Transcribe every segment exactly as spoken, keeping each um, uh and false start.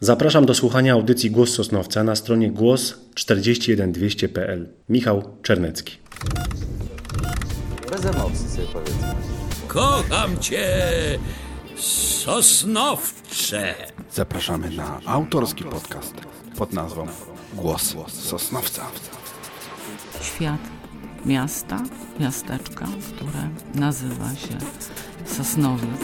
Zapraszam do słuchania audycji Głos Sosnowca na stronie głos czterdzieści jeden dwieście kropka p l. Michał Czernecki. Bez emocji sobie powiedzmy. Kocham cię, Sosnowcze. Zapraszamy na autorski podcast pod nazwą Głos Sosnowca. Świat miasta, miasteczka, które nazywa się Sosnowiec.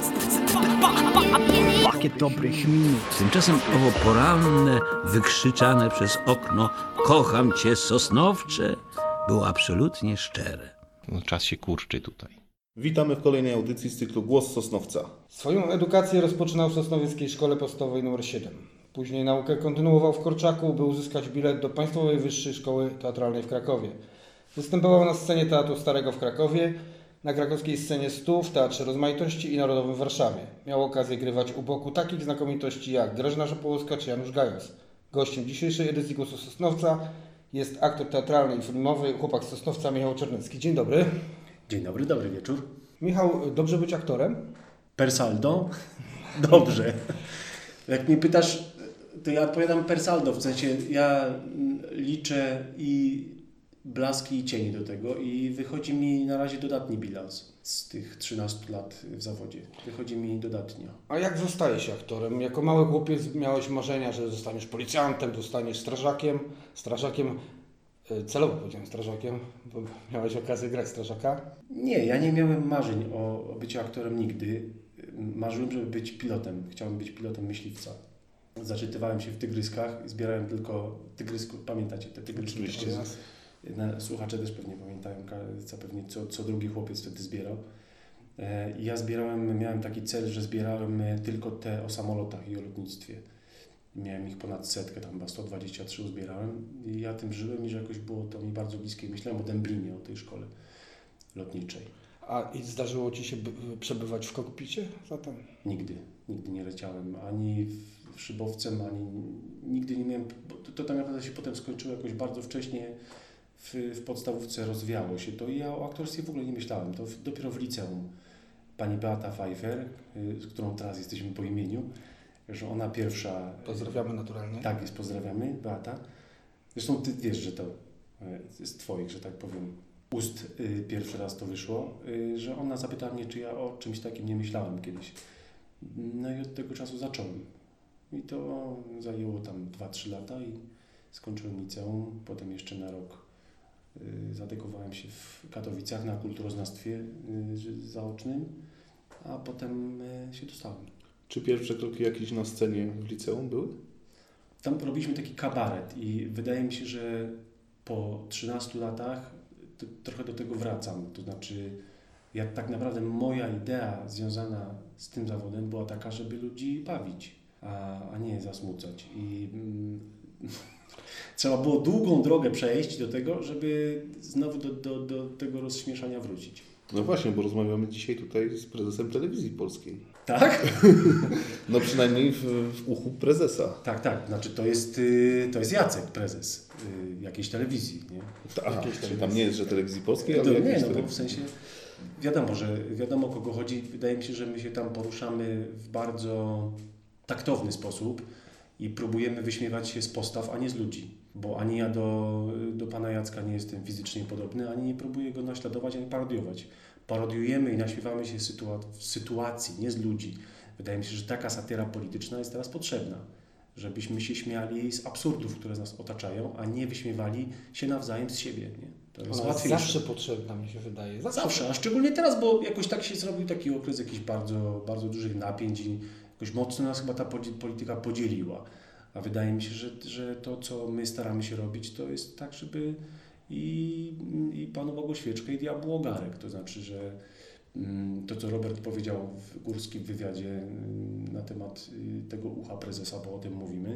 Pakiet dobrych minut. Tymczasem owo poranne, wykrzyczane przez okno kocham cię, Sosnowcze, było absolutnie szczere. No, czas się kurczy tutaj. Witamy w kolejnej audycji z cyklu Głos Sosnowca. Swoją edukację rozpoczynał w Sosnowieckiej Szkole Podstawowej nr siedem. Później naukę kontynuował w Korczaku, by uzyskać bilet do Państwowej Wyższej Szkoły Teatralnej w Krakowie. Występował na scenie Teatru Starego w Krakowie, na krakowskiej scenie stu, w Teatrze Rozmaitości i Narodowym w Warszawie. Miał okazję grywać u boku takich znakomitości jak Grażyna Szopołowska czy Janusz Gajos. Gościem dzisiejszej edycji Głosu Sosnowca jest aktor teatralny i filmowy, chłopak z Sosnowca Michał Czernecki. Dzień dobry. Dzień dobry, dobry wieczór. Michał, dobrze być aktorem? Per saldo? Dobrze. Jak mnie pytasz, to ja odpowiadam per saldo, w sensie ja liczę i blaski i cienie do tego i wychodzi mi na razie dodatni bilans z tych trzynastu lat w zawodzie. Wychodzi mi dodatnio. A jak zostaje się aktorem? Jako mały chłopiec miałeś marzenia, że zostaniesz policjantem, zostaniesz strażakiem. Strażakiem, celowo powiedziałem strażakiem, bo miałeś okazję grać strażaka. Nie, ja nie miałem marzeń o, o byciu aktorem nigdy. Marzyłem, żeby być pilotem. Chciałem być pilotem myśliwca. Zaczytywałem się w tygryskach, zbierałem tylko tygrysków. Pamiętacie te tygryski? Oczywiście. Słuchacze też pewnie pamiętają, co, pewnie co, co drugi chłopiec wtedy zbierał. I ja zbierałem, miałem taki cel, że zbierałem tylko te o samolotach i o lotnictwie. Miałem ich ponad setkę, tam chyba sto dwadzieścia trzy uzbierałem i ja tym żyłem i że jakoś było to mi bardzo bliskie. Myślałem o Dęblinie, o tej szkole lotniczej. A i zdarzyło Ci się by, przebywać w kokpicie zatem? Nigdy, nigdy nie leciałem ani w szybowcem, ani nigdy nie miałem, bo to, to tak naprawdę się potem skończyło jakoś bardzo wcześnie. W, w podstawówce rozwiało się to i ja o aktorstwie w ogóle nie myślałem. To w, dopiero w liceum pani Beata Pfeiffer, y, z którą teraz jesteśmy po imieniu, że ona pierwsza... Pozdrawiamy naturalnie. Tak jest, pozdrawiamy, Beata. Zresztą ty wiesz, że to y, z twoich, że tak powiem, ust y, pierwszy raz to wyszło, y, że ona zapytała mnie, czy ja o czymś takim nie myślałem kiedyś. No i od tego czasu zacząłem. I to zajęło tam dwa trzy lata i skończyłem liceum, potem jeszcze na rok zadekowałem się w Katowicach na kulturoznawstwie zaocznym, a potem się dostałem. Czy pierwsze kroki jakieś na scenie w liceum były? Tam robiliśmy taki kabaret i wydaje mi się, że po trzynastu latach trochę do tego wracam. To znaczy, ja tak naprawdę moja idea związana z tym zawodem była taka, żeby ludzi bawić, a, a nie zasmucać. I mm, trzeba było długą drogę przejść do tego, żeby znowu do, do, do tego rozśmieszania wrócić. No właśnie, bo rozmawiamy dzisiaj tutaj z prezesem Telewizji Polskiej. Tak? No przynajmniej w, w uchu prezesa. Tak, tak. Znaczy to jest, to jest Jacek, prezes jakiejś telewizji. Nie? Aha, jakiejś czyli tam nie jest, że Telewizji Polskiej, ale to, jakiejś nie, no, telewizji. bo w sensie wiadomo, że wiadomo o kogo chodzi. Wydaje mi się, że my się tam poruszamy w bardzo taktowny sposób i próbujemy wyśmiewać się z postaw, a nie z ludzi. Bo ani ja do, do pana Jacka nie jestem fizycznie podobny, ani nie próbuję go naśladować, ani parodiować. Parodiujemy i naśmiewamy się sytua- w sytuacji, nie z ludzi. Wydaje mi się, że taka satyra polityczna jest teraz potrzebna. Żebyśmy się śmiali z absurdów, które nas otaczają, a nie wyśmiewali się nawzajem z siebie. Nie? To jest Ona łatwiejsze. zawsze potrzebna, mi się wydaje. Zawsze. Zawsze, a szczególnie teraz, bo jakoś tak się zrobił taki okres jakichś bardzo, bardzo dużych napięć i jakoś mocno nas chyba ta polityka podzieliła. A wydaje mi się, że, że to, co my staramy się robić, to jest tak, żeby i, i Panu Bogu świeczkę i diabłu ogarek. To znaczy, że to, co Robert powiedział w górskim wywiadzie na temat tego ucha prezesa, bo o tym mówimy,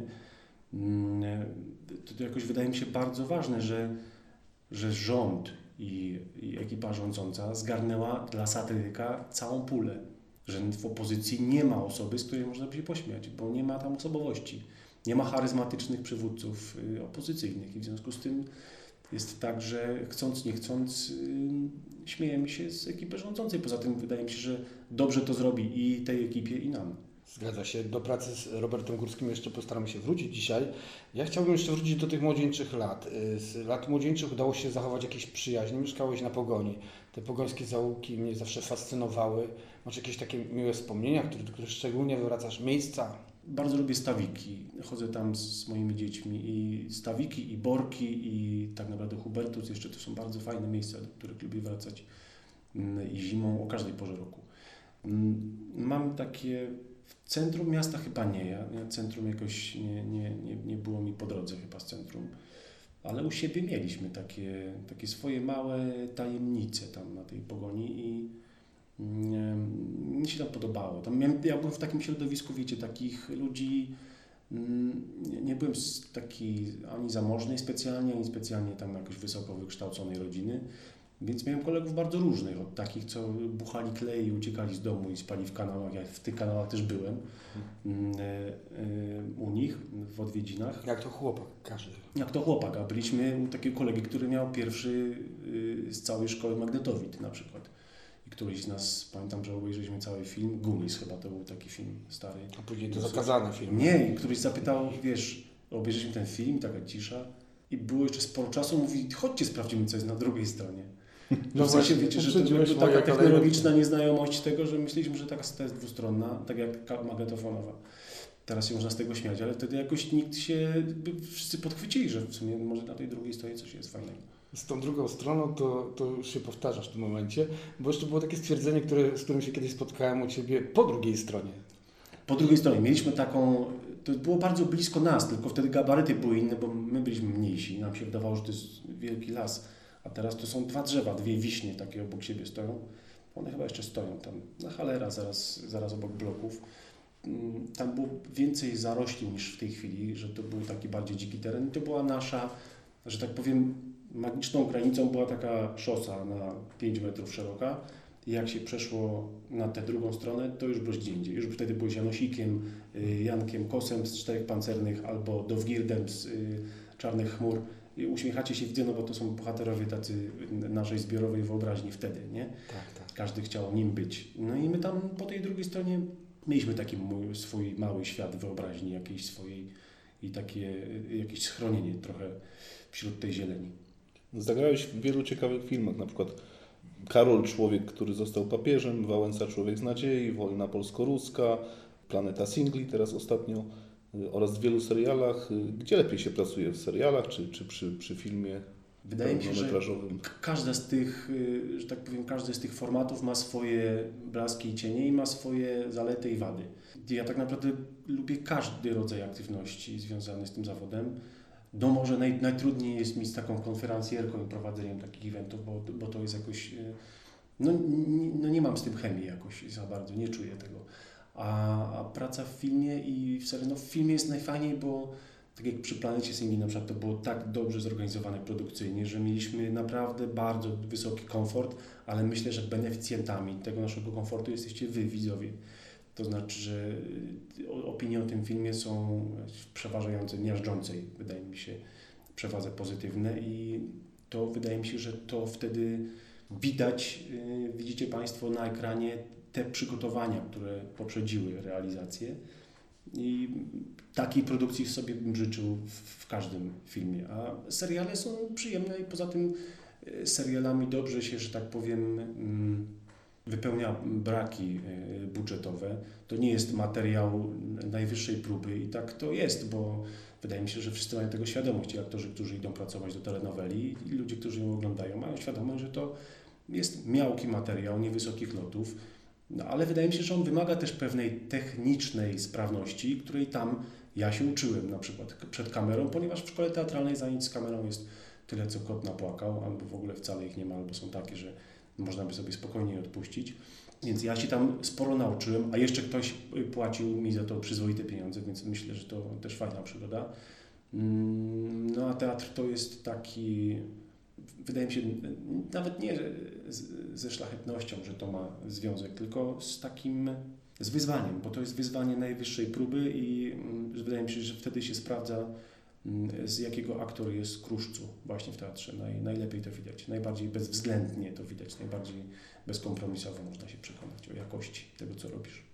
to, to jakoś wydaje mi się bardzo ważne, że, że rząd i, i ekipa rządząca zgarnęła dla satyryka całą pulę. Że w opozycji nie ma osoby, z której można by się pośmiać, bo nie ma tam osobowości. Nie ma charyzmatycznych przywódców opozycyjnych i w związku z tym jest tak, że chcąc, nie chcąc yy, śmiejemy się z ekipy rządzącej. Poza tym wydaje mi się, że dobrze to zrobi i tej ekipie, i nam. Zgadza się. Do pracy z Robertem Górskim jeszcze postaramy się wrócić dzisiaj. Ja chciałbym jeszcze wrócić do tych młodzieńczych lat. Z lat młodzieńczych udało się zachować jakieś przyjaźnie. Mieszkałeś na Pogoni. Te pogońskie zaułki mnie zawsze fascynowały. Masz jakieś takie miłe wspomnienia, które, do których szczególnie wywracasz? Miejsca? Bardzo lubię Stawiki. Chodzę tam z moimi dziećmi i Stawiki, i Borki, i tak naprawdę Hubertus. Jeszcze to są bardzo fajne miejsca, do których lubię wracać i zimą, o każdej porze roku. Mam takie... W centrum miasta chyba nie. Ja, ja centrum jakoś nie, nie, nie, nie było mi po drodze chyba z centrum. Ale u siebie mieliśmy takie, takie swoje małe tajemnice tam na tej Pogoni i nie, mi się tam podobało. Tam miałem, ja byłem w takim środowisku, wiecie, takich ludzi, nie, nie byłem z takiej ani zamożnej specjalnie, ani specjalnie tam jakoś wysoko wykształconej rodziny, więc miałem kolegów bardzo różnych, od takich, co buchali klej i uciekali z domu i spali w kanałach. Ja w tych kanałach też byłem u nich w odwiedzinach. Jak to chłopak każdy. Jak to chłopak, a byliśmy u takiego kolegi, który miał pierwszy z całej szkoły magnetowid na przykład. I któryś z nas, pamiętam, że obejrzeliśmy cały film, Gumis chyba to był taki film stary. A później to zakazany film. Nie, i któryś zapytał, wiesz, obejrzeliśmy ten film, taka cisza i było jeszcze sporo czasu, mówi, chodźcie sprawdzimy, co jest na drugiej stronie. No w sensie, wiecie, że to, to taka technologiczna nieznajomość tego, że myśleliśmy, że taka to jest dwustronna, tak jak magnetofonowa. Teraz się można z tego śmiać, ale wtedy jakoś nikt się, wszyscy podchwycili, że w sumie może na tej drugiej stronie coś jest fajnego. Z tą drugą stroną to, to już się powtarzasz w tym momencie, bo jeszcze było takie stwierdzenie, które, z którym się kiedyś spotkałem u Ciebie po drugiej stronie. Po drugiej stronie mieliśmy taką, to było bardzo blisko nas, tylko wtedy gabaryty były inne, bo my byliśmy mniejsi. Nam się wydawało, że to jest wielki las, a teraz to są dwa drzewa, dwie wiśnie takie obok siebie stoją. One chyba jeszcze stoją tam na Halera, zaraz, zaraz obok bloków. Tam było więcej zarośli niż w tej chwili, że to był taki bardziej dziki teren. I to była nasza, że tak powiem, magiczną granicą była taka szosa na pięć metrów szeroka i jak się przeszło na tę drugą stronę, to już było gdzie indziej. Już wtedy byłeś Janosikiem, Jankiem Kosem z Czterech Pancernych albo Dowgirdem z Czarnych Chmur. I uśmiechacie się, widzę, no bo to są bohaterowie tacy naszej zbiorowej wyobraźni wtedy, nie? Tak, tak. Każdy chciał nim być. No i my tam po tej drugiej stronie mieliśmy taki mój, swój mały świat wyobraźni jakiejś swojej i takie jakieś schronienie trochę wśród tej zieleni. Zagrałeś w wielu ciekawych filmach, na przykład Karol, człowiek, który został papieżem, Wałęsa, człowiek z nadziei, Wojna polsko-ruska, Planeta Singli teraz ostatnio oraz w wielu serialach. Gdzie lepiej się pracuje? W serialach czy, czy przy, przy filmie Wydaje mi się, że każda z tych, że tak powiem, każdy z tych formatów ma swoje blaski i cienie i ma swoje zalety i wady. Ja tak naprawdę lubię każdy rodzaj aktywności związany z tym zawodem. No może naj, najtrudniej jest mi z taką konferencjerką i prowadzeniem takich eventów, bo, bo to jest jakoś, no, nie, no nie mam z tym chemii jakoś za bardzo, nie czuję tego. A, a praca w filmie i w serii, no w filmie jest najfajniej, bo tak jak przy Planecie Singli na przykład to było tak dobrze zorganizowane produkcyjnie, że mieliśmy naprawdę bardzo wysoki komfort, ale myślę, że beneficjentami tego naszego komfortu jesteście wy, widzowie. To znaczy, że opinie o tym filmie są w przeważającej, miażdżącej, wydaje mi się, przewadze pozytywne i to wydaje mi się, że to wtedy widać, widzicie Państwo na ekranie te przygotowania, które poprzedziły realizację. I takiej produkcji sobie bym życzył w, w każdym filmie. A seriale są przyjemne i poza tym serialami dobrze się, że tak powiem, wypełnia braki budżetowe. To nie jest materiał najwyższej próby i tak to jest, bo wydaje mi się, że wszyscy mają tego świadomość. I aktorzy, którzy idą pracować do telenoweli i ludzie, którzy ją oglądają, mają świadomość, że to jest miałki materiał, niewysokich lotów. No, ale wydaje mi się, że on wymaga też pewnej technicznej sprawności, której tam ja się uczyłem na przykład przed kamerą, ponieważ w szkole teatralnej zajęć z kamerą jest tyle, co kot napłakał, albo w ogóle wcale ich nie ma, albo są takie, że można by sobie spokojnie odpuścić. Więc ja się tam sporo nauczyłem, a jeszcze ktoś płacił mi za to przyzwoite pieniądze, więc myślę, że to też fajna przygoda. No a teatr to jest taki... Wydaje mi się, nawet nie ze szlachetnością, że to ma związek, tylko z takim, z wyzwaniem, bo to jest wyzwanie najwyższej próby i wydaje mi się, że wtedy się sprawdza, z jakiego aktor jest kruszcu właśnie w teatrze. Naj, najlepiej to widać, najbardziej bezwzględnie to widać, najbardziej bezkompromisowo można się przekonać o jakości tego, co robisz.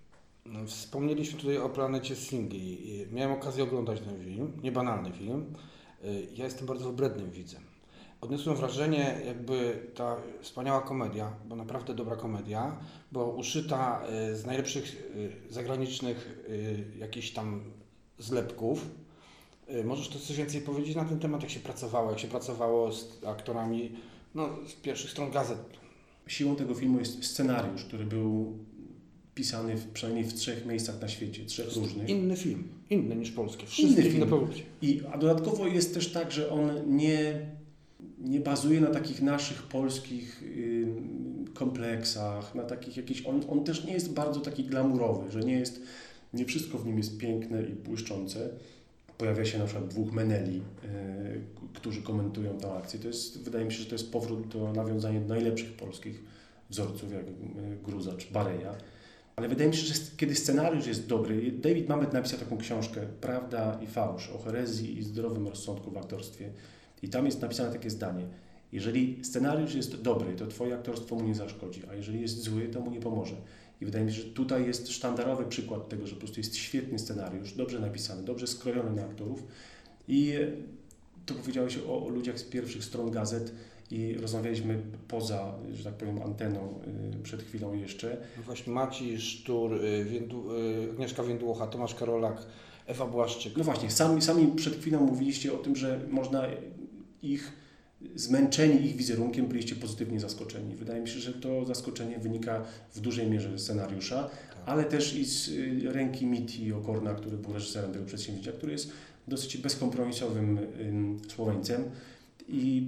Wspomnieliśmy tutaj o planecie singli. Miałem okazję oglądać ten film, niebanalny film. Ja jestem bardzo wybrednym widzem. Odniosłem wrażenie, jakby ta wspaniała komedia, bo naprawdę dobra komedia, była uszyta z najlepszych zagranicznych jakichś tam zlepków. Możesz to coś więcej powiedzieć na ten temat, jak się pracowało, jak się pracowało z aktorami no, z pierwszych stron gazet? Siłą tego filmu jest scenariusz, który był pisany w, przynajmniej w trzech miejscach na świecie, trzech różnych. Inny film, inny niż polskie, wszystkie inny film. Powrócie. I, a dodatkowo jest też tak, że on nie, nie bazuje na takich naszych polskich y, kompleksach, na takich jakichś, on, on też nie jest bardzo taki glamurowy, że nie jest, nie wszystko w nim jest piękne i błyszczące. Pojawia się na przykład dwóch meneli, y, którzy komentują tę akcję. To jest, wydaje mi się, że to jest powrót do nawiązania do najlepszych polskich wzorców, jak y, Gruza czy Bareja. Ale wydaje mi się, że kiedy scenariusz jest dobry, David Mamet napisał taką książkę Prawda i fałsz o herezji i zdrowym rozsądku w aktorstwie. I tam jest napisane takie zdanie. Jeżeli scenariusz jest dobry, to twoje aktorstwo mu nie zaszkodzi, a jeżeli jest zły, to mu nie pomoże. I wydaje mi się, że tutaj jest sztandarowy przykład tego, że po prostu jest świetny scenariusz, dobrze napisany, dobrze skrojony na aktorów. I to powiedziałeś o, o ludziach z pierwszych stron gazet i rozmawialiśmy poza, że tak powiem, anteną przed chwilą jeszcze. No właśnie Maciej Sztur, Więdu, Agnieszka Więdłocha, Tomasz Karolak, Ewa Błaszczyk. No właśnie, sami, sami przed chwilą mówiliście o tym, że można ich, zmęczeni ich wizerunkiem, byliście pozytywnie zaskoczeni. Wydaje mi się, że to zaskoczenie wynika w dużej mierze ze scenariusza, tak. ale też i z ręki Miti Okorna, który był reżyserem tego przedsięwzięcia, który jest dosyć bezkompromisowym Słoweńcem. I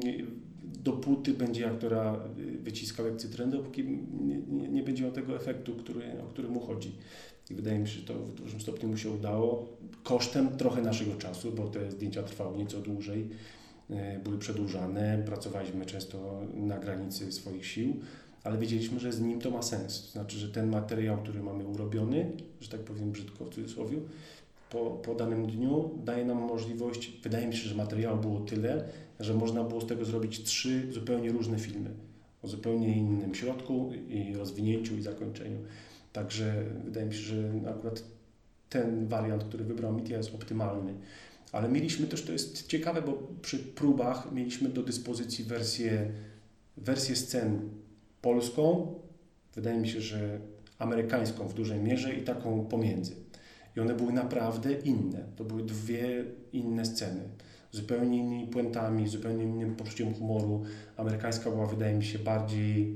dopóty będzie aktora wyciskał jak cytrynę, dopóki nie, nie, nie będzie miał tego efektu, który, o który mu chodzi. I wydaje mi się, że to w dużym stopniu mu się udało, kosztem trochę naszego czasu, bo te zdjęcia trwały nieco dłużej, były przedłużane, pracowaliśmy często na granicy swoich sił, ale wiedzieliśmy, że z nim to ma sens. To znaczy, że ten materiał, który mamy urobiony, że tak powiem brzydko w cudzysłowie, Po, po danym dniu daje nam możliwość, wydaje mi się, że materiału było tyle, że można było z tego zrobić trzy zupełnie różne filmy o zupełnie innym środku i rozwinięciu i zakończeniu. Także wydaje mi się, że akurat ten wariant, który wybrał Mitja, jest optymalny. Ale mieliśmy też, to jest ciekawe, bo przy próbach mieliśmy do dyspozycji wersję, wersję scen polską, wydaje mi się, że amerykańską w dużej mierze i taką pomiędzy. I one były naprawdę inne. To były dwie inne sceny. Zupełnie innymi puentami, zupełnie innym poczuciem humoru. Amerykańska była, wydaje mi się, bardziej,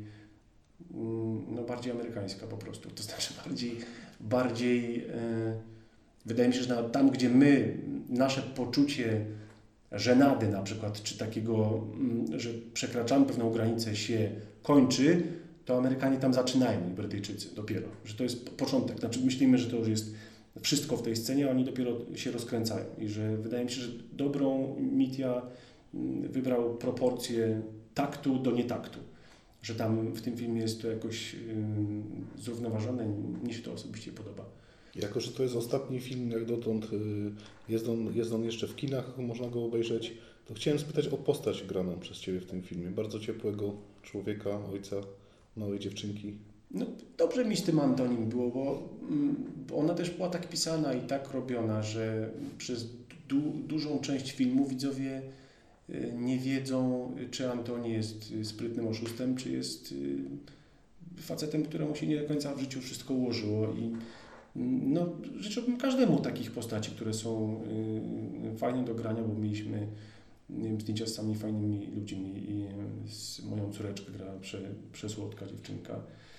no bardziej amerykańska po prostu. To znaczy bardziej, bardziej yy, wydaje mi się, że tam, gdzie my, nasze poczucie żenady na przykład, czy takiego, yy, że przekraczamy pewną granicę się kończy, to Amerykanie tam zaczynają i Brytyjczycy dopiero. Że to jest początek. Znaczy myślimy, że to już jest wszystko w tej scenie, a oni dopiero się rozkręcają. I że wydaje mi się, że dobrą Mitja wybrał proporcję taktu do nietaktu. Że tam w tym filmie jest to jakoś yy, zrównoważone, mi się to osobiście podoba. Jako, że to jest ostatni film jak dotąd, jest on, jest on jeszcze w kinach, można go obejrzeć, to chciałem spytać o postać graną przez Ciebie w tym filmie. Bardzo ciepłego człowieka, ojca małej dziewczynki. No, dobrze mi z tym Antonim było, bo, bo ona też była tak pisana i tak robiona, że przez du, dużą część filmu widzowie nie wiedzą, czy Antoni jest sprytnym oszustem, czy jest facetem, któremu się nie do końca w życiu wszystko ułożyło. I no, życzyłbym każdemu takich postaci, które są fajne do grania, bo mieliśmy nie wiem, zdjęcia z samymi fajnymi ludźmi i z moją córeczkę gra prze, przesłodka dziewczynka.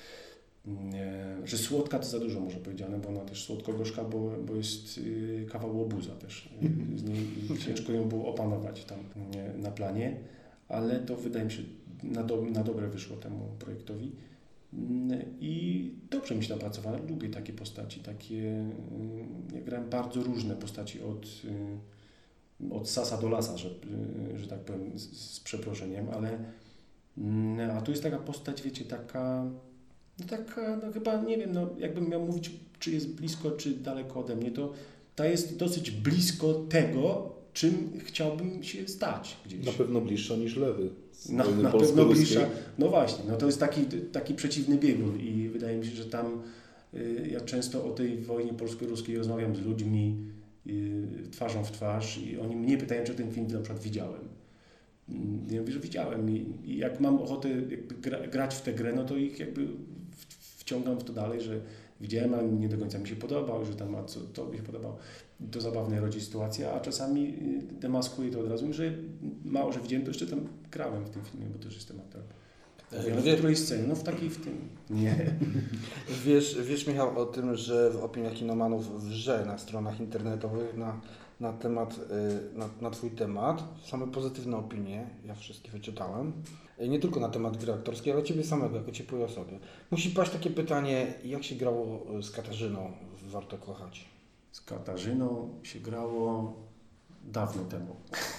Nie, że słodka to za dużo może powiedziane, bo ona też słodko-gorzka, bo, bo jest y, kawał łobuza też. Y, z niej ciężko ją było opanować tam nie, na planie, ale to wydaje mi się na, do, na dobre wyszło temu projektowi. Y, I dobrze mi się napracowałem. Lubię takie postaci, takie... Y, ja grałem bardzo różne postaci od, y, od sasa do lasa, że, y, że tak powiem, z, z przeproszeniem, ale y, a tu jest taka postać, wiecie, taka... No tak, no chyba, nie wiem, no jakbym miał mówić, czy jest blisko, czy daleko ode mnie, to ta jest dosyć blisko tego, czym chciałbym się stać gdzieś. Na pewno bliższa niż Lewy. Na, na pewno bliższa, no właśnie, no to jest taki, taki przeciwny biegun i wydaje mi się, że tam Ja często o tej wojnie polsko-ruskiej rozmawiam z ludźmi twarzą w twarz i oni mnie pytają, czy ten film na przykład widziałem. Ja mówię, że widziałem i jak mam ochotę jakby gra, grać w tę grę, no to ich jakby wciągam w to dalej, że widziałem, ale nie do końca mi się podobał, że tam a co to mi się podobało. To zabawne rodzi sytuacja, a czasami demaskuję to od razu, że mało, że widziałem, to jeszcze tam grałem w tym filmie, bo też jestem aktorem. Ale w której scenie? No w takiej w tym. Nie. Wiesz, wiesz Michał o tym, że w opiniach kinomanów wrze na stronach internetowych na, na temat, na, na twój temat. Same pozytywne opinie, ja wszystkie wyczytałem. Nie tylko na temat gry aktorskiej, ale ciebie samego, jako ciepłej osoby. Musi paść takie pytanie, jak się grało z Katarzyną w Warto kochać? Z Katarzyną się grało dawno temu.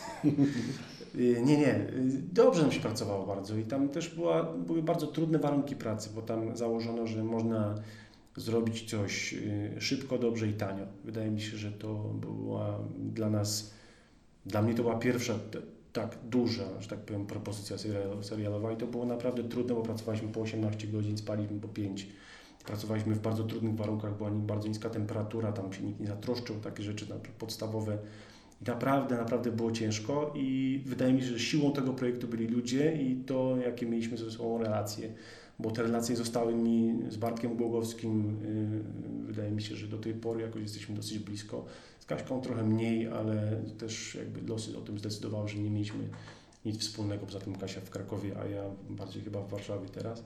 Nie, nie. Dobrze nam się pracowało bardzo i tam też była, były bardzo trudne warunki pracy, bo tam założono, że można zrobić coś szybko, dobrze i tanio. Wydaje mi się, że to była dla nas, dla mnie to była pierwsza tak duża, że tak powiem, propozycja serialowa i to było naprawdę trudne, bo pracowaliśmy po osiemnaście godzin, spaliśmy po pięć. Pracowaliśmy w bardzo trudnych warunkach, była bardzo niska temperatura, tam się nikt nie zatroszczył, takie rzeczy podstawowe. I naprawdę, naprawdę było ciężko i wydaje mi się, że siłą tego projektu byli ludzie i to, jakie mieliśmy ze sobą relacje, bo te relacje zostały mi z Bartkiem Głogowskim, yy, wydaje mi się, że do tej pory jakoś jesteśmy dosyć blisko, z Kaśką trochę mniej, ale też jakby losy o tym zdecydowały, że nie mieliśmy nic wspólnego, poza tym Kasia w Krakowie, a ja bardziej chyba w Warszawie teraz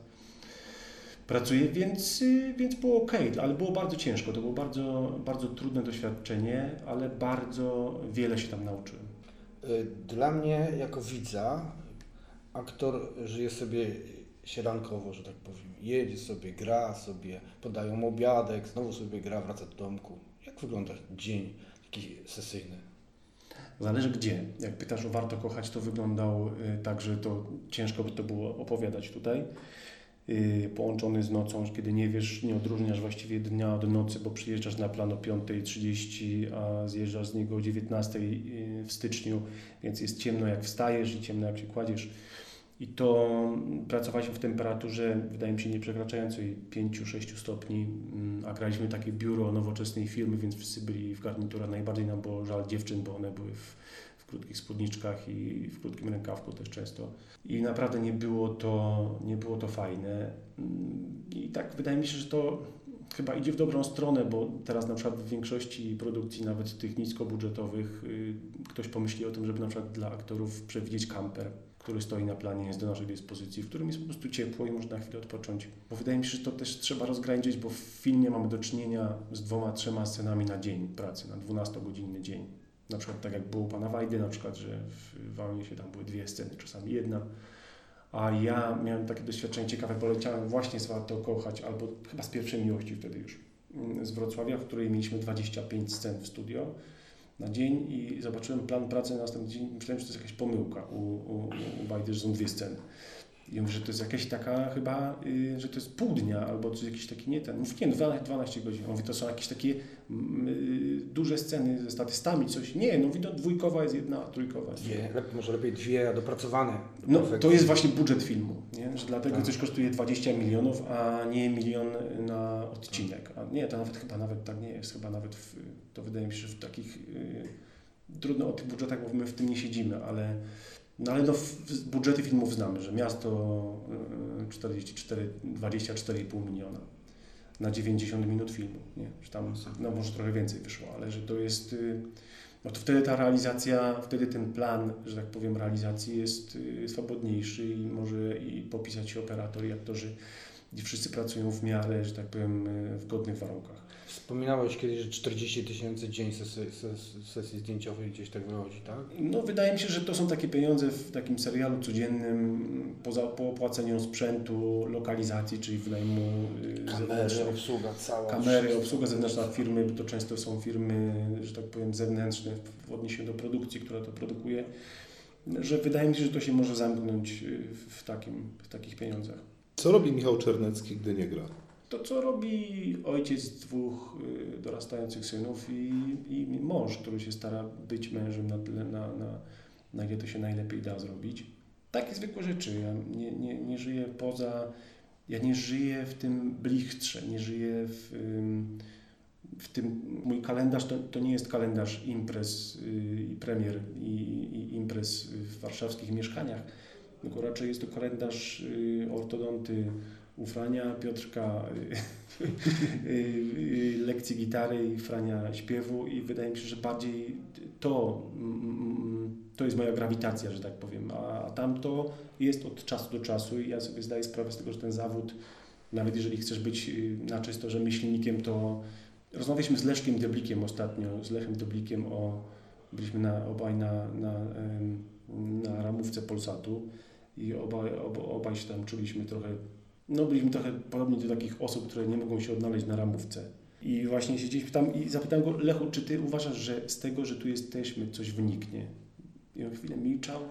pracuję, więc, więc było ok, ale było bardzo ciężko, to było bardzo, bardzo trudne doświadczenie, ale bardzo wiele się tam nauczyłem. Dla mnie jako widza aktor żyje sobie sierankowo, że tak powiem. Jedzie sobie, gra sobie, podają mu obiadek, znowu sobie gra, wraca do domku. Jak wygląda dzień taki sesyjny? Zależy gdzie. Jak pytasz o Warto kochać, to wyglądał tak, że to ciężko by to było opowiadać tutaj. Połączony z nocą, kiedy nie wiesz, nie odróżniasz właściwie dnia od nocy, bo przyjeżdżasz na plan o piąta trzydzieści, a zjeżdżasz z niego o dziewiętnastej w styczniu, więc jest ciemno jak wstajesz i ciemno jak się kładziesz. I to pracowaliśmy w temperaturze, wydaje mi się, nie przekraczającej pięć do sześciu stopni, a graliśmy takie biuro nowoczesnej firmy, więc wszyscy byli w garniturach. Najbardziej nam było żal dziewczyn, bo one były w w krótkich spódniczkach i w krótkim rękawku też często. I naprawdę nie było to, nie było to fajne. I tak wydaje mi się, że to chyba idzie w dobrą stronę, bo teraz na przykład w większości produkcji, nawet tych niskobudżetowych, ktoś pomyśli o tym, żeby na przykład dla aktorów przewidzieć kamper, który stoi na planie, jest do naszej dyspozycji, w którym jest po prostu ciepło i można na chwilę odpocząć. Bo wydaje mi się, że to też trzeba rozgraniczyć, bo w filmie mamy do czynienia z dwoma, trzema scenami na dzień pracy, na dwunastogodzinny dzień. Na przykład tak jak było u pana Wajdy, na przykład, że w Wałęsie tam były dwie sceny, czasami jedna. A ja miałem takie doświadczenie ciekawe, poleciałem właśnie z Warto kochać, albo chyba z Pierwszej miłości wtedy już, z Wrocławia, w której mieliśmy dwadzieścia pięć scen w studio na dzień i zobaczyłem plan pracy na następny dzień. Myślałem, że to jest jakaś pomyłka u, u, u Wajdy, że są dwie sceny. I mówię, że to jest jakaś taka chyba, y, że to jest pół dnia, albo coś jakiś taki nie ten. Mówię, nie, dwanaście godzin. On mówi, to są jakieś takie y, duże sceny ze statystami, coś. Nie, no widać, dwójkowa jest jedna, a trójkowa jest dwie. Lepiej, może lepiej dwie, a dopracowane. No to jest właśnie budżet filmu, nie? Że dlatego tak. Coś kosztuje dwadzieścia milionów, a nie milion na odcinek. A nie, to nawet chyba nawet tak nie jest. Chyba nawet, w, to wydaje mi się, że w takich, y, trudno o tych budżetach, bo my w tym nie siedzimy, ale No ale no, budżety filmów znamy, że Miasto czterdzieści cztery, dwadzieścia cztery i pół miliona na dziewięćdziesiąt minut filmu, nie? Że tam, no może trochę więcej wyszło, ale że to jest, no to wtedy ta realizacja, wtedy ten plan, że tak powiem, realizacji jest swobodniejszy i może i popisać się operator i aktorzy, gdzie wszyscy pracują w miarę, że tak powiem, w godnych warunkach. Wspominałeś kiedyś, że czterdzieści tysięcy dzień sesji, sesji zdjęciowej gdzieś tak wychodzi, tak? No wydaje mi się, że to są takie pieniądze w takim serialu codziennym, poza, po opłaceniu sprzętu, lokalizacji, czyli wynajmu kamery, obsługa cała. Kamery, wszystko. Obsługa zewnętrzna firmy, bo to często są firmy, że tak powiem, zewnętrzne w odniesieniu do produkcji, która to produkuje, że wydaje mi się, że to się może zamknąć w, takim, w takich pieniądzach. Co robi Michał Czernecki, gdy nie gra? To, co robi ojciec dwóch dorastających synów i, i mąż, który się stara być mężem na tyle, na, na, na ile to się najlepiej da zrobić. Takie zwykłe rzeczy. Ja nie, nie, nie żyję poza ja nie żyję w tym blichtrze, nie żyję w, w tym, mój kalendarz to, to nie jest kalendarz imprez i premier i, i imprez w warszawskich mieszkaniach, tylko raczej jest to kalendarz ortodonty u Frania, Piotrka, lekcji gitary i Frania śpiewu i wydaje mi się, że bardziej to, to jest moja grawitacja, że tak powiem, a tamto jest od czasu do czasu i ja sobie zdaję sprawę z tego, że ten zawód, nawet jeżeli chcesz być na czysto rzemieślnikiem, to rozmawialiśmy z Leszkiem Deblikiem ostatnio, z Lechem Deblikiem o, byliśmy na, obaj na, na, na ramówce Polsatu i obaj, obaj, obaj się tam czuliśmy trochę, no byliśmy trochę podobni do takich osób, które nie mogą się odnaleźć na ramówce. I właśnie siedzieliśmy tam i zapytałem go, Lechu, czy ty uważasz, że z tego, że tu jesteśmy, coś wyniknie? I on chwilę milczał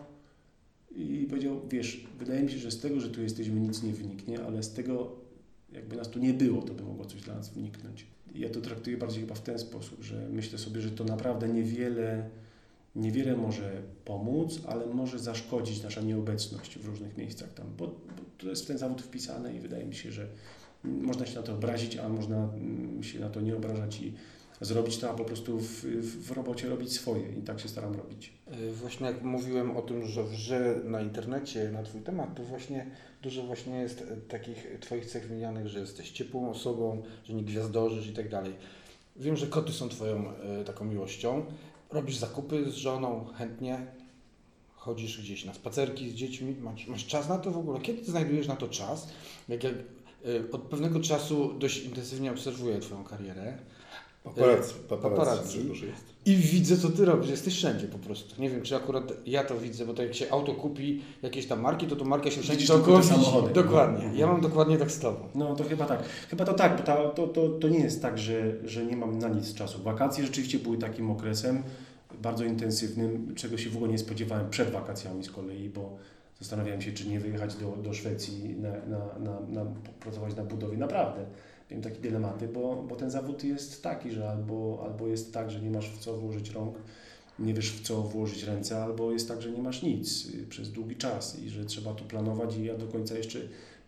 i powiedział, wiesz, wydaje mi się, że z tego, że tu jesteśmy, nic nie wyniknie, ale z tego, jakby nas tu nie było, to by mogło coś dla nas wyniknąć. I ja to traktuję bardziej chyba w ten sposób, że myślę sobie, że to naprawdę niewiele, niewiele może pomóc, ale może zaszkodzić nasza nieobecność w różnych miejscach tam, bo, bo to jest w ten zawód wpisane i wydaje mi się, że można się na to obrazić, a można się na to nie obrażać i zrobić to, a po prostu w, w robocie robić swoje i tak się staram robić. Właśnie jak mówiłem o tym, że wrze na internecie na Twój temat, to właśnie dużo właśnie jest takich Twoich cech wymienianych, że jesteś ciepłą osobą, że nie gwiazdorzysz i tak dalej. Wiem, że koty są Twoją y, taką miłością. Robisz zakupy z żoną chętnie, chodzisz gdzieś na spacerki z dziećmi, masz, masz czas na to w ogóle? Kiedy Ty znajdujesz na to czas? Jak, jak y, od pewnego czasu dość intensywnie obserwuję Twoją karierę. Paparazzi, paparazzi, paparazzi. jest. I widzę, co Ty robisz, jesteś wszędzie po prostu. Nie wiem, czy akurat ja to widzę, bo to jak się auto kupi jakieś tam marki, to to marka się wszędzie dookoła widzi. Samochody. Dokładnie, ja mam dokładnie tak z Tobą. No to chyba tak. Chyba to tak, bo ta, to, to, to nie jest tak, że, że nie mam na nic czasu. Wakacje rzeczywiście były takim okresem bardzo intensywnym, czego się w ogóle nie spodziewałem przed wakacjami z kolei, bo zastanawiałem się, czy nie wyjechać do, do Szwecji, na, na, na, na, pracować na budowie. Naprawdę. Miałem takie dylematy, bo, bo ten zawód jest taki, że albo, albo jest tak, że nie masz w co włożyć rąk, nie wiesz w co włożyć ręce, albo jest tak, że nie masz nic przez długi czas i że trzeba tu planować i ja do końca jeszcze,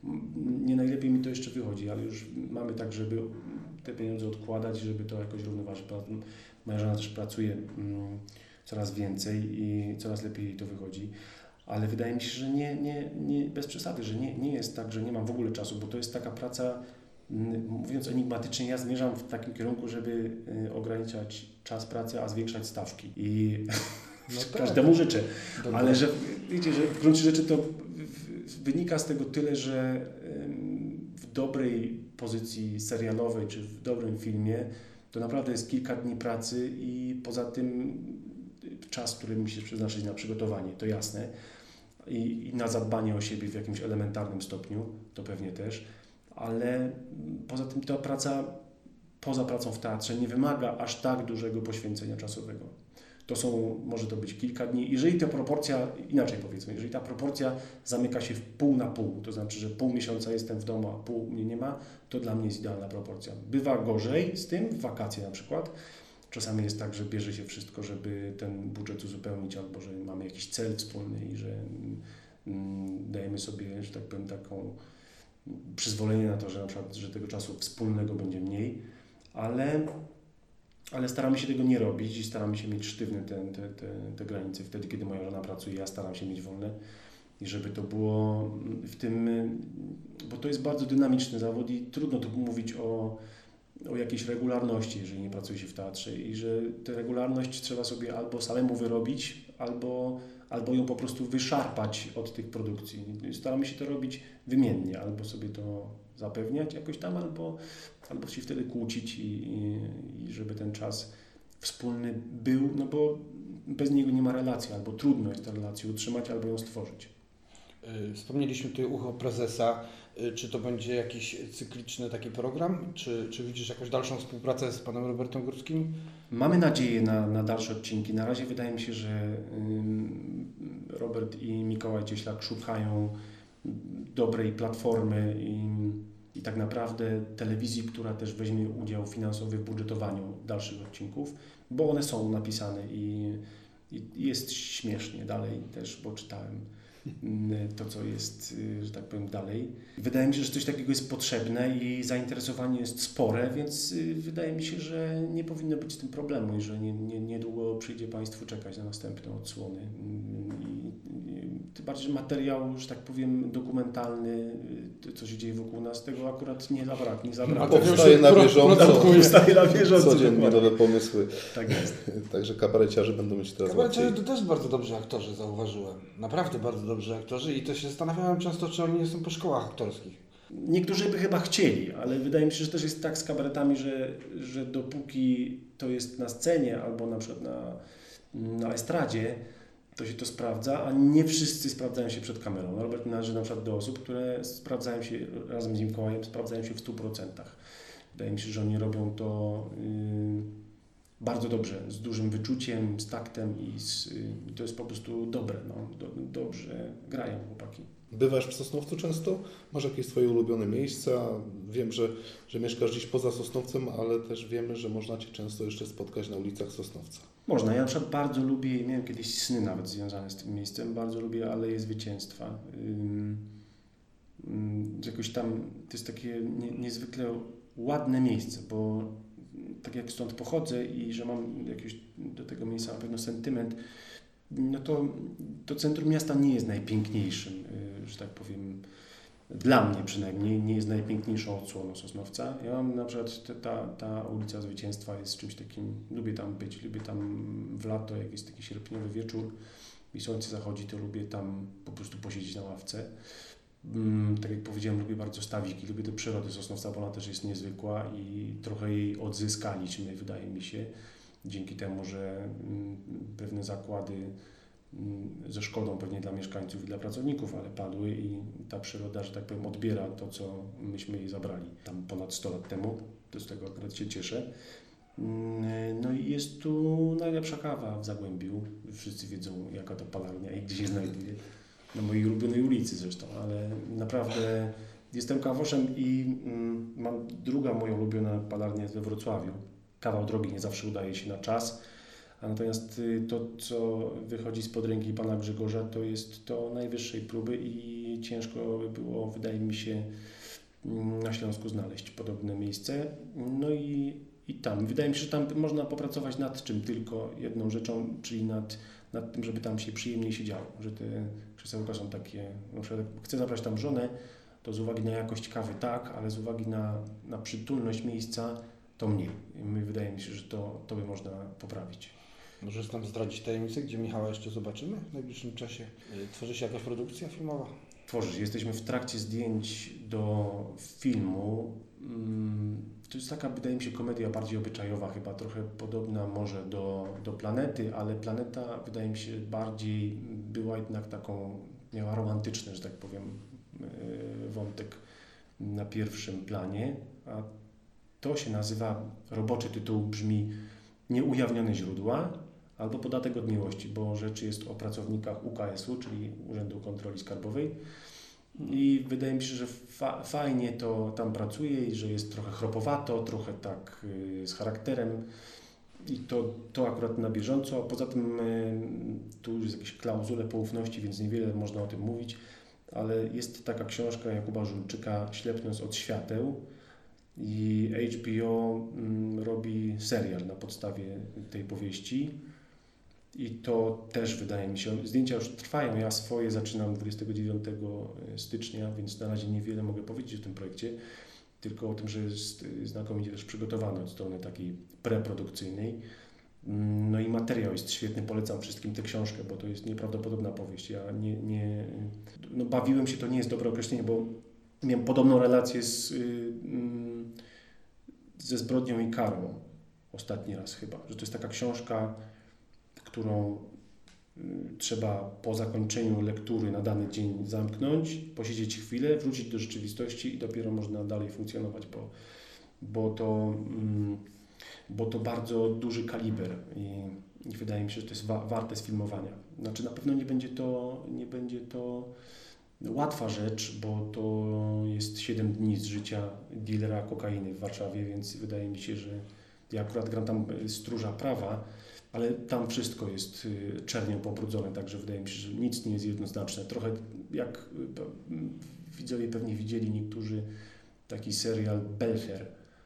nie najlepiej mi to jeszcze wychodzi, ale już mamy tak, żeby te pieniądze odkładać, żeby to jakoś równoważyć. Moja żona też pracuje mm, coraz więcej i coraz lepiej to wychodzi. Ale wydaje mi się, że nie, nie, nie bez przesady, że nie, nie jest tak, że nie mam w ogóle czasu, bo to jest taka praca, mówiąc enigmatycznie, ja zmierzam w takim kierunku, żeby ograniczać czas pracy, a zwiększać stawki. I no tak. Każdemu życzę. Dobra. Ale że wiecie, że w gruncie rzeczy to wynika z tego tyle, że w dobrej pozycji serialowej czy w dobrym filmie to naprawdę jest kilka dni pracy i poza tym czas, który musisz przeznaczyć na przygotowanie, to jasne. I, i na zadbanie o siebie w jakimś elementarnym stopniu, to pewnie też. Ale poza tym ta praca, poza pracą w teatrze nie wymaga aż tak dużego poświęcenia czasowego. To są, może to być kilka dni. Jeżeli ta proporcja, inaczej powiedzmy, jeżeli ta proporcja zamyka się w pół na pół, to znaczy, że pół miesiąca jestem w domu, a pół mnie nie ma, to dla mnie jest idealna proporcja. Bywa gorzej z tym, w wakacje na przykład. Czasami jest tak, że bierze się wszystko, żeby ten budżet uzupełnić, albo że mamy jakiś cel wspólny i że mm, dajemy sobie, że tak powiem, taką przyzwolenie na to, że na przykład, że tego czasu wspólnego będzie mniej, ale, ale staramy się tego nie robić i staramy się mieć sztywne te, te, te, te granice. Wtedy, kiedy moja żona pracuje, ja staram się mieć wolne i żeby to było w tym, bo to jest bardzo dynamiczny zawód i trudno tu mówić o, o jakiejś regularności, jeżeli nie pracuje się w teatrze i że tę regularność trzeba sobie albo samemu wyrobić, albo albo ją po prostu wyszarpać od tych produkcji. Staramy się to robić wymiennie, albo sobie to zapewniać jakoś tam, albo, albo się wtedy kłócić i, i, i żeby ten czas wspólny był, no bo bez niego nie ma relacji, albo trudno jest tę relację utrzymać, albo ją stworzyć. Wspomnieliśmy tutaj ucho prezesa. Czy to będzie jakiś cykliczny taki program? Czy, czy widzisz jakąś dalszą współpracę z panem Robertem Górskim? Mamy nadzieję na, na dalsze odcinki. Na razie wydaje mi się, że Robert i Mikołaj Cieślak szukają dobrej platformy i, i tak naprawdę telewizji, która też weźmie udział finansowy w budżetowaniu dalszych odcinków, bo one są napisane i, i jest śmiesznie dalej też, bo czytałem to, co jest, że tak powiem, dalej. Wydaje mi się, że coś takiego jest potrzebne i zainteresowanie jest spore, więc wydaje mi się, że nie powinno być z tym problemu i że nie, nie, niedługo przyjdzie Państwu czekać na następne odsłony. I tym bardziej, że materiał, że tak powiem, dokumentalny, to, co się dzieje wokół nas, tego akurat nie zabraknie. Nie zabraknie. Powstaje na bieżąco, powstaje na bieżąco. Codziennie nowe pomysły. Tak jest. Także kabareciarze będą mieć teraz Kabareciarze łatwiej. to też bardzo dobrzy aktorzy, zauważyłem. Naprawdę bardzo dobrzy aktorzy i to się zastanawiałem często, czy oni nie są po szkołach aktorskich. Niektórzy by chyba chcieli, ale wydaje mi się, że też jest tak z kabaretami, że, że dopóki to jest na scenie albo na przykład na, na estradzie, to się to sprawdza, a nie wszyscy sprawdzają się przed kamerą. No, Robert należy na przykład do osób, które sprawdzają się razem z Mikołajem, sprawdzają się w stu procentach. Wydaje mi się, że oni robią to yy, bardzo dobrze, z dużym wyczuciem, z taktem i z, yy, to jest po prostu dobre. No, do, dobrze grają chłopaki. Bywasz w Sosnowcu często? Masz jakieś swoje ulubione miejsca? Wiem, że, że mieszkasz gdzieś poza Sosnowcem, ale też wiemy, że można Cię często jeszcze spotkać na ulicach Sosnowca. Można. Ja na przykład bardzo lubię, miałem kiedyś sny nawet związane z tym miejscem, bardzo lubię Aleję Zwycięstwa. Ym, ym, jakoś tam to jest takie nie, niezwykle ładne miejsce, bo tak jak stąd pochodzę i że mam jakiś do tego miejsca na pewno sentyment, no to, to centrum miasta nie jest najpiękniejszym, yy, że tak powiem, dla mnie przynajmniej, nie jest najpiękniejszą odsłoną Sosnowca. Ja mam na przykład te, ta, ta ulica Zwycięstwa jest czymś takim, lubię tam być, lubię tam w lato, jak jest taki sierpniowy wieczór i słońce zachodzi, to lubię tam po prostu posiedzieć na ławce. Mm, tak jak powiedziałem, lubię bardzo stawiki, lubię tę przyrodę Sosnowca, bo ona też jest niezwykła i trochę jej odzyskaliśmy, wydaje mi się, dzięki temu, że mm, pewne zakłady ze szkodą pewnie dla mieszkańców i dla pracowników, ale padły i ta przyroda, że tak powiem, odbiera to, co myśmy jej zabrali tam ponad sto lat temu. To z tego akurat się cieszę. No i jest tu najlepsza kawa w Zagłębiu. Wszyscy wiedzą, jaka to palarnia i gdzie się znajduje. Na mojej ulubionej ulicy zresztą, ale naprawdę jestem kawoszem i mm, mam druga moja ulubiona palarnia jest we Wrocławiu. Kawał drogi nie zawsze udaje się na czas. A natomiast to, co wychodzi spod ręki pana Grzegorza, to jest to najwyższej próby i ciężko by było, wydaje mi się, na Śląsku znaleźć podobne miejsce. No i, i tam, wydaje mi się, że tam można popracować nad czym tylko jedną rzeczą, czyli nad, nad tym, żeby tam się przyjemniej siedziało, że te krzesełka są takie, na przykład jak chcę zabrać tam żonę, to z uwagi na jakość kawy tak, ale z uwagi na, na przytulność miejsca to mniej. I my, wydaje mi się, że to, to by można poprawić. Możesz nam zdradzić tajemnicę, gdzie Michała jeszcze zobaczymy w najbliższym czasie? Tworzy się jakaś produkcja filmowa? Tworzy się. Jesteśmy w trakcie zdjęć do filmu. To jest taka, wydaje mi się, komedia bardziej obyczajowa, chyba trochę podobna może do, do Planety, ale Planeta, wydaje mi się, bardziej była jednak taką, miała romantyczny, że tak powiem, wątek na pierwszym planie, a to się nazywa, roboczy tytuł brzmi Nieujawnione źródła albo Podatek od miłości, bo rzecz jest o pracownikach U K S-u, czyli Urzędu Kontroli Skarbowej i wydaje mi się, że fa- fajnie to tam pracuje i że jest trochę chropowato, trochę tak y, z charakterem i to, to akurat na bieżąco, a poza tym y, tu już jest jakieś klauzule poufności, więc niewiele można o tym mówić, ale jest taka książka Jakuba Żulczyka Ślepnąc od świateł, i H B O mm, robi serial na podstawie tej powieści i to też wydaje mi się, zdjęcia już trwają, ja swoje zaczynam dwudziestego dziewiątego stycznia, więc na razie niewiele mogę powiedzieć o tym projekcie, tylko o tym, że jest znakomicie też przygotowany od strony takiej preprodukcyjnej. No i materiał jest świetny, polecam wszystkim tę książkę, bo to jest nieprawdopodobna powieść. Ja nie, nie, no bawiłem się, to nie jest dobre określenie, bo miałem podobną relację z, yy, ze Zbrodnią i karą ostatni raz chyba, że to jest taka książka, którą yy, trzeba po zakończeniu lektury na dany dzień zamknąć, posiedzieć chwilę, wrócić do rzeczywistości i dopiero można dalej funkcjonować, bo, bo, to, yy, bo to bardzo duży kaliber i, i wydaje mi się, że to jest wa- warte sfilmowania. Znaczy na pewno nie będzie to, nie będzie to łatwa rzecz, bo to jest siedem dni z życia dealera kokainy w Warszawie, więc wydaje mi się, że ja akurat gram tam stróża prawa, ale tam wszystko jest czernią pobrudzone, także wydaje mi się, że nic nie jest jednoznaczne. Trochę jak widzowie pewnie widzieli niektórzy taki serial Belcher.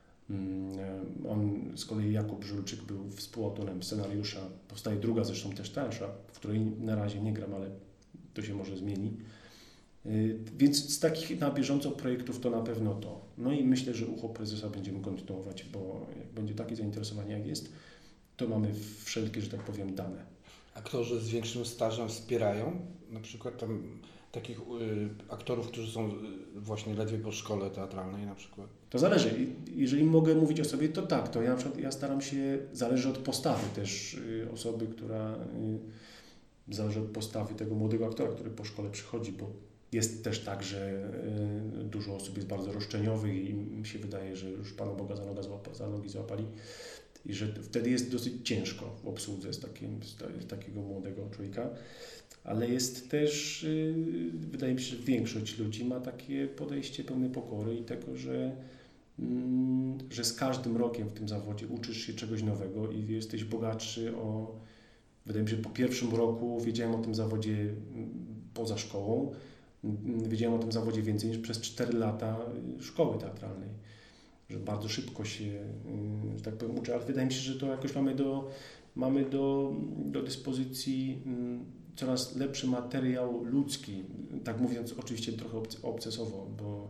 On, z kolei Jakub Żulczyk był współautorem scenariusza. Powstaje druga, zresztą też tańsza, w której na razie nie gram, ale to się może zmieni. Więc z takich na bieżąco projektów to na pewno to. No i myślę, że Ucho Prezesa będziemy kontynuować, bo jak będzie takie zainteresowanie jak jest, to mamy wszelkie, że tak powiem, dane. Aktorzy z większym stażem wspierają na przykład tam takich y, aktorów, którzy są właśnie ledwie po szkole teatralnej na przykład? To zależy. Jeżeli mogę mówić o sobie, to tak. To ja na przykład ja staram się, zależy od postawy też y, osoby, która y, zależy od postawy tego młodego aktora, który po szkole przychodzi, bo jest też tak, że y, dużo osób jest bardzo roszczeniowych i mi się wydaje, że już Pana Boga za, noga złapa, za nogi złapali i że wtedy jest dosyć ciężko w obsłudze z, takim, z takiego młodego człowieka. Ale jest też, y, wydaje mi się, że większość ludzi ma takie podejście pełne pokory i tego, że, mm, że z każdym rokiem w tym zawodzie uczysz się czegoś nowego i jesteś bogatszy o... Wydaje mi się, że po pierwszym roku wiedziałem o tym zawodzie poza szkołą, wiedziałem o tym zawodzie więcej niż przez cztery lata szkoły teatralnej, że bardzo szybko się, że tak powiem, uczę, ale wydaje mi się, że to jakoś mamy do, mamy do, do dyspozycji coraz lepszy materiał ludzki, tak mówiąc oczywiście trochę obcesowo, bo,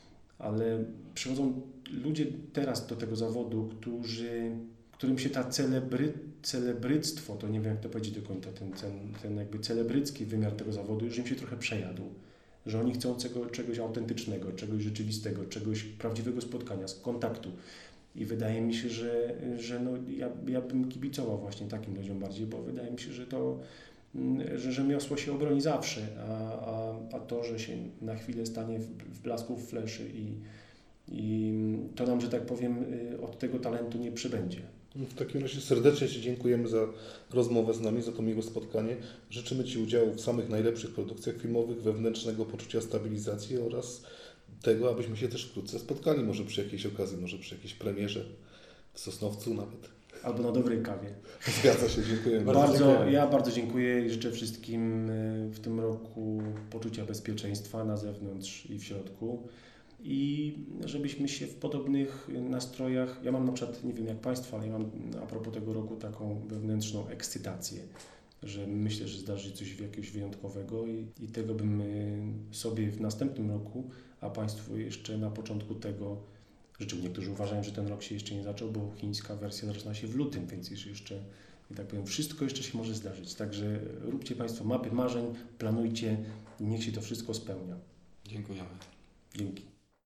ale przychodzą ludzie teraz do tego zawodu, którzy, którym się ta celebry, celebryctwo, to nie wiem jak to powiedzieć do końca, ten, ten, ten jakby celebrycki wymiar tego zawodu, że im się trochę przejadł, że oni chcą czego, czegoś autentycznego, czegoś rzeczywistego, czegoś prawdziwego spotkania, kontaktu. I wydaje mi się, że, że no, ja, ja bym kibicował właśnie takim ludziom bardziej, bo wydaje mi się, że to że rzemiosło się obroni zawsze, a, a, a to, że się na chwilę stanie w, w blasku w fleszy i, i to nam, że tak powiem, od tego talentu nie przybędzie. W takim razie serdecznie Ci dziękujemy za rozmowę z nami, za to miłe spotkanie. Życzymy Ci udziału w samych najlepszych produkcjach filmowych, wewnętrznego poczucia stabilizacji oraz tego, abyśmy się też wkrótce spotkali, może przy jakiejś okazji, może przy jakiejś premierze w Sosnowcu nawet. Albo na dobrej kawie. Zgadza się, dziękujemy. Bardzo, bardzo dziękuję. Ja bardzo dziękuję i życzę wszystkim w tym roku poczucia bezpieczeństwa na zewnątrz i w środku. I żebyśmy się w podobnych nastrojach, ja mam na przykład, nie wiem jak Państwo, ale ja mam a propos tego roku taką wewnętrzną ekscytację, że myślę, że zdarzy się coś jakiegoś wyjątkowego i, i tego bym sobie w następnym roku, a Państwu jeszcze na początku tego życzył. Niektórzy uważają, że ten rok się jeszcze nie zaczął, bo chińska wersja zaczyna się w lutym, więc jeszcze, i tak powiem, wszystko jeszcze się może zdarzyć. Także róbcie Państwo mapy marzeń, planujcie i niech się to wszystko spełnia. Dziękujemy. Dzięki.